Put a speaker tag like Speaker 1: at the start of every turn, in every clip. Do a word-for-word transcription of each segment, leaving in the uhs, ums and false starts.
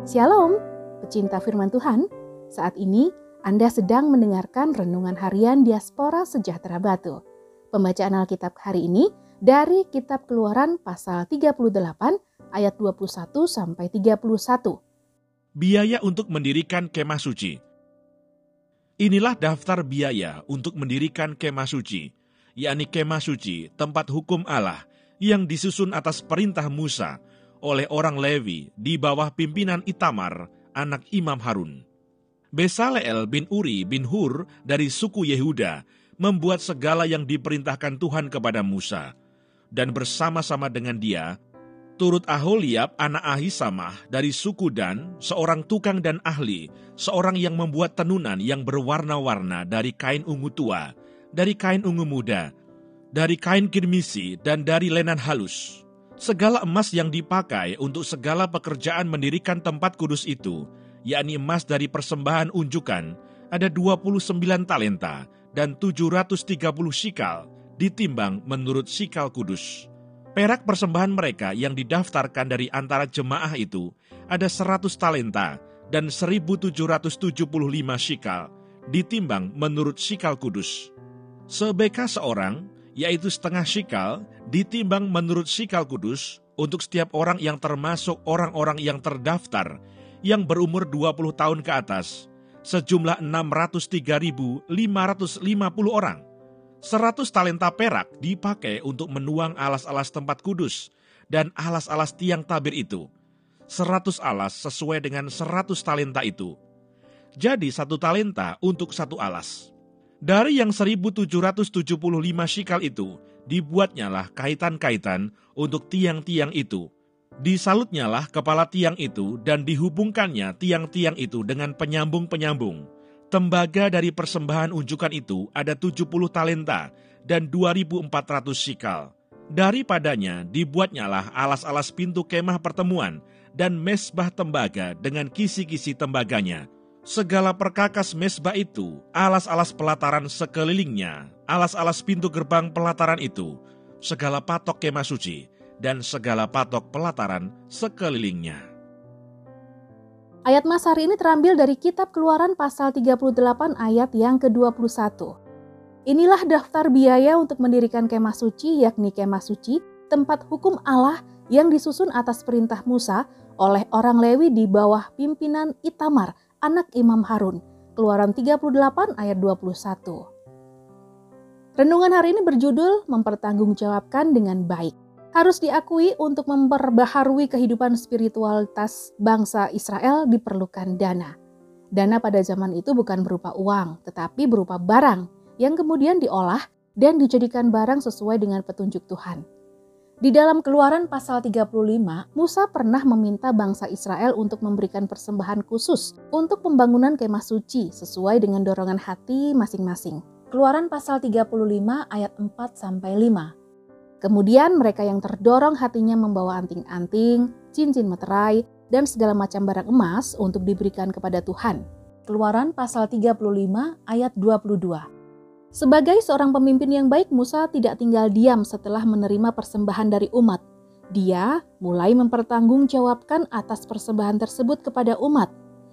Speaker 1: Shalom, pecinta firman Tuhan. Saat ini Anda sedang mendengarkan Renungan Harian Diaspora Sejahtera Batu. Pembacaan Alkitab hari ini dari Kitab Keluaran pasal tiga puluh delapan ayat dua puluh satu sampai tiga puluh satu.
Speaker 2: Biaya untuk mendirikan kemah suci. Inilah daftar biaya untuk mendirikan kemah suci, yakni kemah suci, tempat hukum Allah yang disusun atas perintah Musa oleh orang Lewi di bawah pimpinan Itamar, anak Imam Harun. Besaleel bin Uri bin Hur dari suku Yehuda membuat segala yang diperintahkan Tuhan kepada Musa, dan bersama-sama dengan dia turut Aholiab anak Ahisamah dari suku Dan, seorang tukang dan ahli, seorang yang membuat tenunan yang berwarna-warna dari kain ungu tua, dari kain ungu muda, dari kain kirmisi, dan dari lenan halus. Segala emas yang dipakai untuk segala pekerjaan mendirikan tempat kudus itu, yakni emas dari persembahan unjukan, ada dua puluh sembilan talenta dan tujuh ratus tiga puluh sikal, ditimbang menurut sikal kudus. Perak persembahan mereka yang didaftarkan dari antara jemaah itu ada seratus talenta dan seribu tujuh ratus tujuh puluh lima sikal, ditimbang menurut sikal kudus. Sebeka seorang, yaitu setengah sikal, ditimbang menurut sikal kudus untuk setiap orang yang termasuk orang-orang yang terdaftar yang berumur dua puluh tahun ke atas, sejumlah enam ratus tiga ribu lima ratus lima puluh orang. Seratus talenta perak dipakai untuk menuang alas-alas tempat kudus dan alas-alas tiang tabir itu. Seratus alas sesuai dengan seratus talenta itu. Jadi satu talenta untuk satu alas. Dari yang seribu tujuh ratus tujuh puluh lima sikal itu, dibuatnyalah kaitan-kaitan untuk tiang-tiang itu. Disalutnyalah kepala tiang itu dan dihubungkannya tiang-tiang itu dengan penyambung-penyambung. Tembaga dari persembahan unjukan itu ada tujuh puluh talenta dan dua ribu empat ratus sikal. Daripadanya dibuatnyalah alas-alas pintu kemah pertemuan dan mesbah tembaga dengan kisi-kisi tembaganya. Segala perkakas mesbah itu, alas-alas pelataran sekelilingnya, alas-alas pintu gerbang pelataran itu, segala patok kemah suci, dan segala patok pelataran sekelilingnya.
Speaker 1: Ayat Mas hari ini terambil dari Kitab Keluaran pasal tiga puluh delapan ayat yang ke dua puluh satu. Inilah daftar biaya untuk mendirikan kemah suci, yakni kemah suci, tempat hukum Allah yang disusun atas perintah Musa oleh orang Lewi di bawah pimpinan Itamar, anak Imam Harun. Keluaran tiga puluh delapan ayat dua puluh satu. Renungan hari ini berjudul mempertanggungjawabkan dengan baik. Harus diakui untuk memperbaharui kehidupan spiritualitas bangsa Israel diperlukan dana. Dana pada zaman itu bukan berupa uang, tetapi berupa barang yang kemudian diolah dan dijadikan barang sesuai dengan petunjuk Tuhan. Di dalam Keluaran pasal tiga puluh lima, Musa pernah meminta bangsa Israel untuk memberikan persembahan khusus untuk pembangunan kemah suci sesuai dengan dorongan hati masing-masing. Keluaran pasal tiga puluh lima ayat empat sampai lima. Kemudian mereka yang terdorong hatinya membawa anting-anting, cincin meterai, dan segala macam barang emas untuk diberikan kepada Tuhan. Keluaran pasal tiga puluh lima ayat dua puluh dua. Sebagai seorang pemimpin yang baik, Musa tidak tinggal diam setelah menerima persembahan dari umat. Dia mulai mempertanggungjawabkan atas persembahan tersebut kepada umat.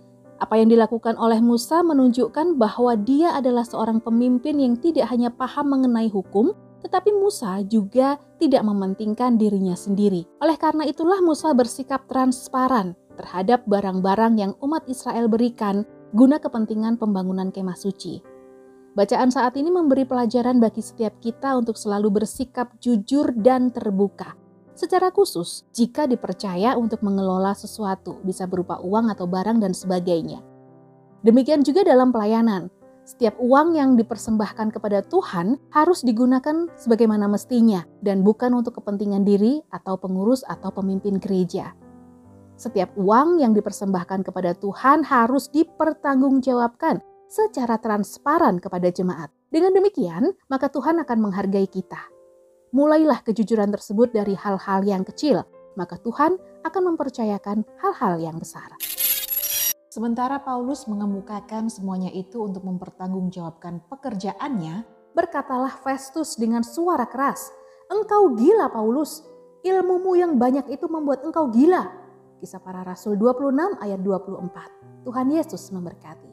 Speaker 1: Apa yang dilakukan oleh Musa menunjukkan bahwa dia adalah seorang pemimpin yang tidak hanya paham mengenai hukum, tetapi Musa juga tidak mementingkan dirinya sendiri. Oleh karena itulah Musa bersikap transparan terhadap barang-barang yang umat Israel berikan guna kepentingan pembangunan kemah suci. Bacaan saat ini memberi pelajaran bagi setiap kita untuk selalu bersikap jujur dan terbuka. Secara khusus, jika dipercaya untuk mengelola sesuatu, bisa berupa uang atau barang dan sebagainya. Demikian juga dalam pelayanan. Setiap uang yang dipersembahkan kepada Tuhan harus digunakan sebagaimana mestinya dan bukan untuk kepentingan diri atau pengurus atau pemimpin gereja. Setiap uang yang dipersembahkan kepada Tuhan harus dipertanggungjawabkan secara transparan kepada jemaat. Dengan demikian, maka Tuhan akan menghargai kita. Mulailah kejujuran tersebut dari hal-hal yang kecil, maka Tuhan akan mempercayakan hal-hal yang besar. Sementara Paulus mengemukakan semuanya itu untuk mempertanggungjawabkan pekerjaannya, berkatalah Festus dengan suara keras, "Engkau gila, Paulus. Ilmumu yang banyak itu membuat engkau gila." Kisah Para Rasul dua puluh enam ayat dua puluh empat. Tuhan Yesus memberkati.